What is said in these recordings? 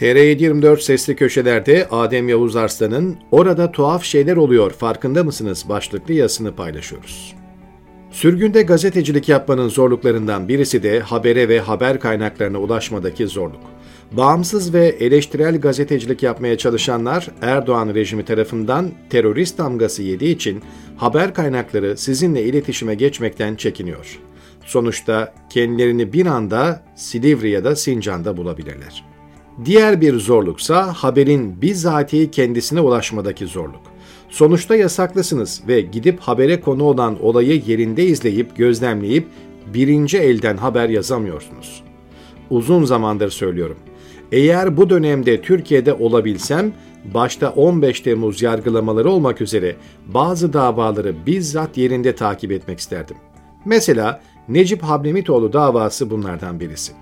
TR724 Sesli Köşeler'de Adem Yavuz Arslan'ın "Orada tuhaf şeyler oluyor, farkında mısınız?" başlıklı yazısını paylaşıyoruz. Sürgünde gazetecilik yapmanın zorluklarından birisi de habere ve haber kaynaklarına ulaşmadaki zorluk. Bağımsız ve eleştirel gazetecilik yapmaya çalışanlar Erdoğan rejimi tarafından terörist damgası yediği için haber kaynakları sizinle iletişime geçmekten çekiniyor. Sonuçta kendilerini bir anda Silivri ya da Sincan'da bulabilirler. Diğer bir zorluksa haberin bizzatihi kendisine ulaşmadaki zorluk. Sonuçta yasaklısınız ve gidip habere konu olan olayı yerinde izleyip, gözlemleyip birinci elden haber yazamıyorsunuz. Uzun zamandır söylüyorum. Eğer bu dönemde Türkiye'de olabilsem, başta 15 Temmuz yargılamaları olmak üzere bazı davaları bizzat yerinde takip etmek isterdim. Mesela Necip Hablemitoğlu davası bunlardan birisi.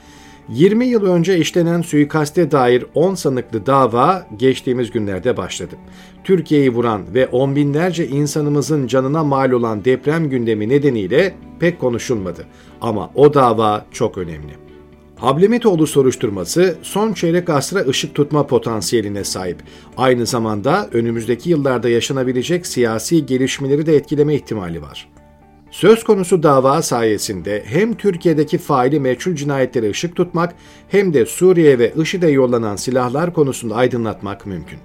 20 yıl önce işlenen suikaste dair 10 sanıklı dava geçtiğimiz günlerde başladı. Türkiye'yi vuran ve on binlerce insanımızın canına mal olan deprem gündemi nedeniyle pek konuşulmadı. Ama o dava çok önemli. Hablemitoğlu soruşturması son çeyrek asra ışık tutma potansiyeline sahip. Aynı zamanda önümüzdeki yıllarda yaşanabilecek siyasi gelişmeleri de etkileme ihtimali var. Söz konusu dava sayesinde hem Türkiye'deki faili meçhul cinayetlere ışık tutmak hem de Suriye ve IŞİD'e yollanan silahlar konusunda aydınlatmak mümkün.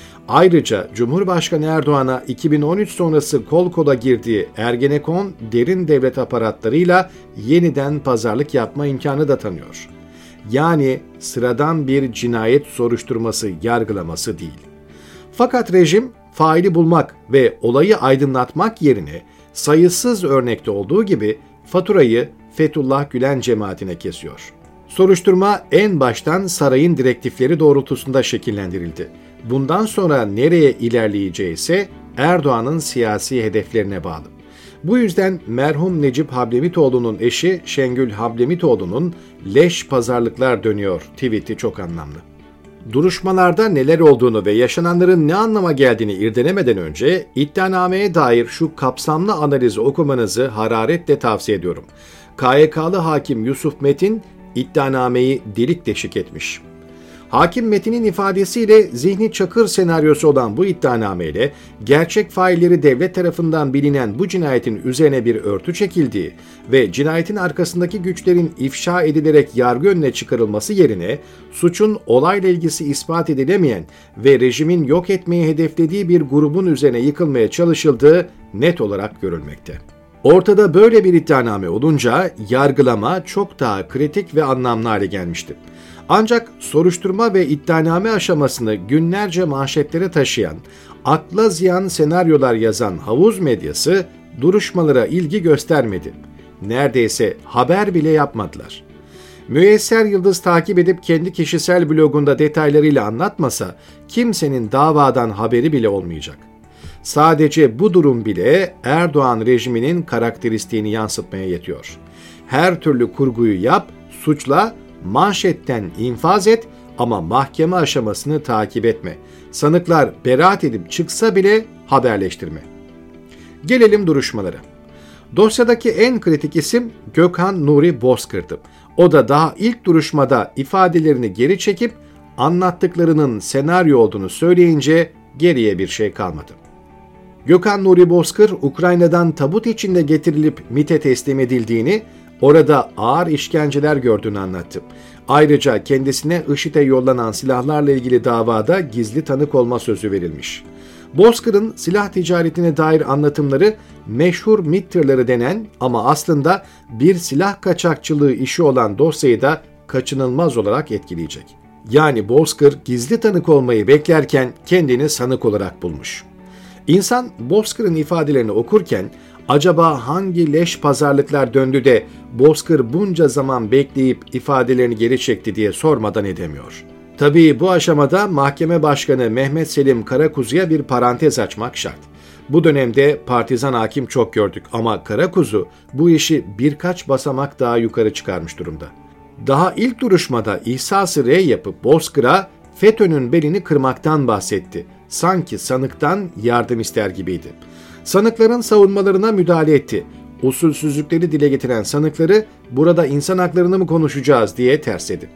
Ayrıca Cumhurbaşkanı Erdoğan'a 2013 sonrası kol kola girdiği Ergenekon derin devlet aparatlarıyla yeniden pazarlık yapma imkanı da tanıyor. Yani sıradan bir cinayet soruşturması, yargılaması değil. Fakat rejim faili bulmak ve olayı aydınlatmak yerine sayısız örnekte olduğu gibi faturayı Fethullah Gülen cemaatine kesiyor. Soruşturma en baştan sarayın direktifleri doğrultusunda şekillendirildi. Bundan sonra nereye ilerleyeceği ise Erdoğan'ın siyasi hedeflerine bağlı. Bu yüzden merhum Necip Hablemitoğlu'nun eşi Şengül Hablemitoğlu'nun "leş pazarlıklar dönüyor" tweet'i çok anlamlı. Duruşmalarda neler olduğunu ve yaşananların ne anlama geldiğini irdelemeden önce iddianameye dair şu kapsamlı analizi okumanızı hararetle tavsiye ediyorum. KYK'lı hakim Yusuf Metin iddianameyi delik deşik etmiş. Hakim Metin'in ifadesiyle zihni çakır senaryosu olan bu iddianameyle gerçek failleri devlet tarafından bilinen bu cinayetin üzerine bir örtü çekildiği ve cinayetin arkasındaki güçlerin ifşa edilerek yargı önüne çıkarılması yerine suçun olayla ilgisi ispat edilemeyen ve rejimin yok etmeyi hedeflediği bir grubun üzerine yıkılmaya çalışıldığı net olarak görülmekte. Ortada böyle bir iddianame olunca yargılama çok daha kritik ve anlamlı hale gelmişti. Ancak soruşturma ve iddianame aşamasını günlerce manşetlere taşıyan, akla ziyan senaryolar yazan havuz medyası duruşmalara ilgi göstermedi. Neredeyse haber bile yapmadılar. Müyesser Yıldız takip edip kendi kişisel blogunda detaylarıyla anlatmasa kimsenin davadan haberi bile olmayacak. Sadece bu durum bile Erdoğan rejiminin karakteristiğini yansıtmaya yetiyor. Her türlü kurguyu yap, suçla, manşetten infaz et ama mahkeme aşamasını takip etme. Sanıklar beraat edip çıksa bile haberleştirme. Gelelim duruşmalara. Dosyadaki en kritik isim Gökhan Nuri Bozkır'dı. O da daha ilk duruşmada ifadelerini geri çekip anlattıklarının senaryo olduğunu söyleyince geriye bir şey kalmadı. Gökhan Nuri Bozkır, Ukrayna'dan tabut içinde getirilip MİT'e teslim edildiğini, orada ağır işkenceler gördüğünü anlattı. Ayrıca kendisine IŞİD'e yollanan silahlarla ilgili davada gizli tanık olma sözü verilmiş. Bozkır'ın silah ticaretine dair anlatımları meşhur MİT tırları denen ama aslında bir silah kaçakçılığı işi olan dosyayı da kaçınılmaz olarak etkileyecek. Yani Bozkır gizli tanık olmayı beklerken kendini sanık olarak bulmuş. İnsan Bozkır'ın ifadelerini okurken acaba hangi leş pazarlıklar döndü de Bozkır bunca zaman bekleyip ifadelerini geri çekti diye sormadan edemiyor. Tabii bu aşamada Mahkeme Başkanı Mehmet Selim Karakuzu'ya bir parantez açmak şart. Bu dönemde partizan hakim çok gördük ama Karakuzu bu işi birkaç basamak daha yukarı çıkarmış durumda. Daha ilk duruşmada ihsas-ı rey yapıp Bozkır'a FETÖ'nün belini kırmaktan bahsetti. Sanki sanıktan yardım ister gibiydi. Sanıkların savunmalarına müdahale etti. Usulsüzlükleri dile getiren sanıkları burada insan haklarını mı konuşacağız diye tersledi.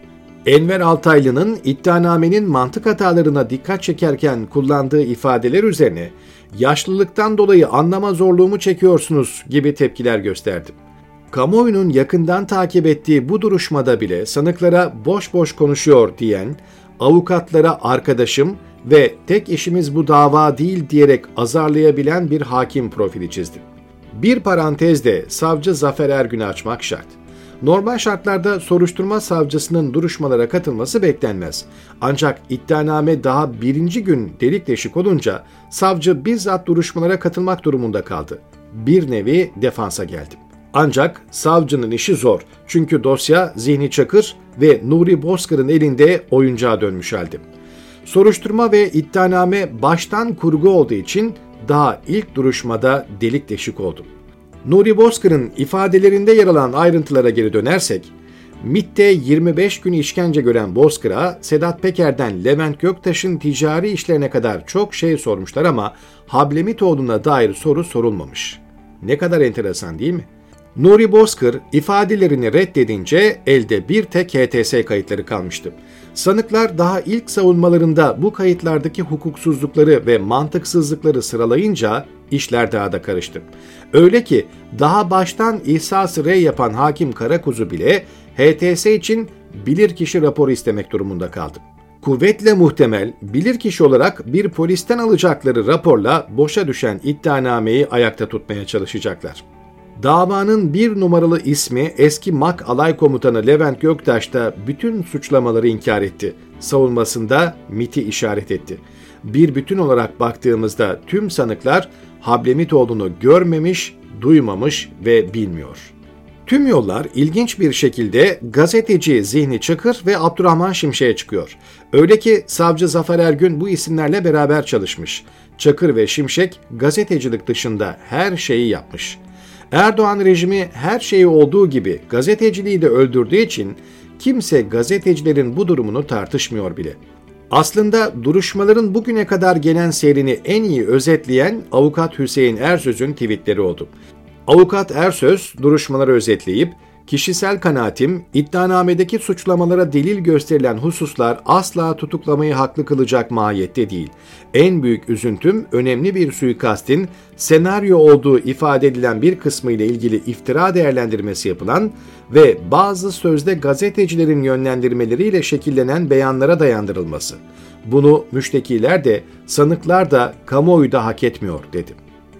Enver Altaylı'nın iddianamenin mantık hatalarına dikkat çekerken kullandığı ifadeler üzerine yaşlılıktan dolayı anlama zorluğumu çekiyorsunuz gibi tepkiler gösterdim. Kamuoyunun yakından takip ettiği bu duruşmada bile sanıklara boş boş konuşuyor diyen, avukatlara arkadaşım ve tek işimiz bu dava değil diyerek azarlayabilen bir hakim profili çizdim. Bir parantezde savcı Zafer Ergün'ü açmak şart. Normal şartlarda soruşturma savcısının duruşmalara katılması beklenmez. Ancak iddianame daha birinci gün delik deşik olunca savcı bizzat duruşmalara katılmak durumunda kaldı. Bir nevi defansa geldim. Ancak savcının işi zor. Çünkü dosya Zihni Çakır ve Nuri Bozkır'ın elinde oyuncağa dönmüş halde. Soruşturma ve iddianame baştan kurgu olduğu için daha ilk duruşmada delik deşik oldum. Nuri Bozkır'ın ifadelerinde yer alan ayrıntılara geri dönersek, MİT'te 25 gün işkence gören Bozkır'a Sedat Peker'den Levent Göktaş'ın ticari işlerine kadar çok şey sormuşlar ama Hablemitoğlu'na dair soru sorulmamış. Ne kadar enteresan değil mi? Nuri Bozkır ifadelerini reddedince elde bir tek HTS kayıtları kalmıştı. Sanıklar daha ilk savunmalarında bu kayıtlardaki hukuksuzlukları ve mantıksızlıkları sıralayınca işler daha da karıştı. Öyle ki daha baştan ihsas rey yapan hakim Karakuzu bile HTS için bilirkişi raporu istemek durumunda kaldı. Kuvvetle muhtemel bilirkişi olarak bir polisten alacakları raporla boşa düşen iddianameyi ayakta tutmaya çalışacaklar. Davanın bir numaralı ismi eski MAK Alay Komutanı Levent Göktaş da bütün suçlamaları inkar etti. Savunmasında MİT'i işaret etti. Bir bütün olarak baktığımızda tüm sanıklar Hablemitoğlu'nu görmemiş, duymamış ve bilmiyor. Tüm yollar ilginç bir şekilde gazeteci Zihni Çakır ve Abdurrahman Şimşek'e çıkıyor. Öyle ki savcı Zafer Ergün bu isimlerle beraber çalışmış. Çakır ve Şimşek gazetecilik dışında her şeyi yapmış. Erdoğan rejimi her şeyi olduğu gibi gazeteciliği de öldürdüğü için kimse gazetecilerin bu durumunu tartışmıyor bile. Aslında duruşmaların bugüne kadar gelen seyrini en iyi özetleyen avukat Hüseyin Ersöz'ün tweetleri oldu. Avukat Ersöz duruşmaları özetleyip, kişisel kanaatim, iddianamedeki suçlamalara delil gösterilen hususlar asla tutuklamayı haklı kılacak mahiyette değil. En büyük üzüntüm önemli bir suikastin senaryo olduğu ifade edilen bir kısmı ile ilgili iftira değerlendirmesi yapılan ve bazı sözde gazetecilerin yönlendirmeleriyle şekillenen beyanlara dayandırılması. Bunu müştekiler de, sanıklar da, kamuoyu da hak etmiyor dedim.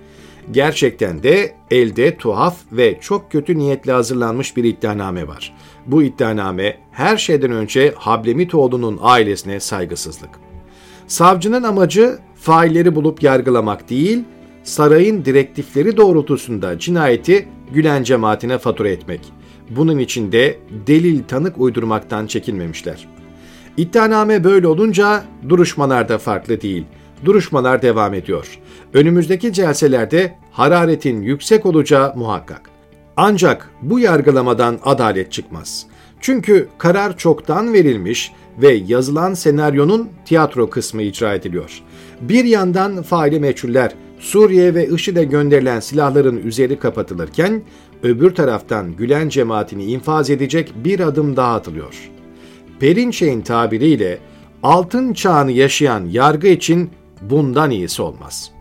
Gerçekten de elde tuhaf ve çok kötü niyetle hazırlanmış bir iddianame var. Bu iddianame her şeyden önce Hablemitoğlu'nun ailesine saygısızlık. Savcının amacı failleri bulup yargılamak değil, sarayın direktifleri doğrultusunda cinayeti Gülen cemaatine fatura etmek. Bunun için de delil tanık uydurmaktan çekinmemişler. İddianame böyle olunca duruşmalar da farklı değil. Duruşmalar devam ediyor. Önümüzdeki celselerde hararetin yüksek olacağı muhakkak. Ancak bu yargılamadan adalet çıkmaz. Çünkü karar çoktan verilmiş ve yazılan senaryonun tiyatro kısmı icra ediliyor. Bir yandan faili meçhuller, Suriye ve IŞİD'e gönderilen silahların üzeri kapatılırken, öbür taraftan Gülen cemaatini infaz edecek bir adım daha atılıyor. Perinçek'in tabiriyle altın çağını yaşayan yargı için bundan iyisi olmaz.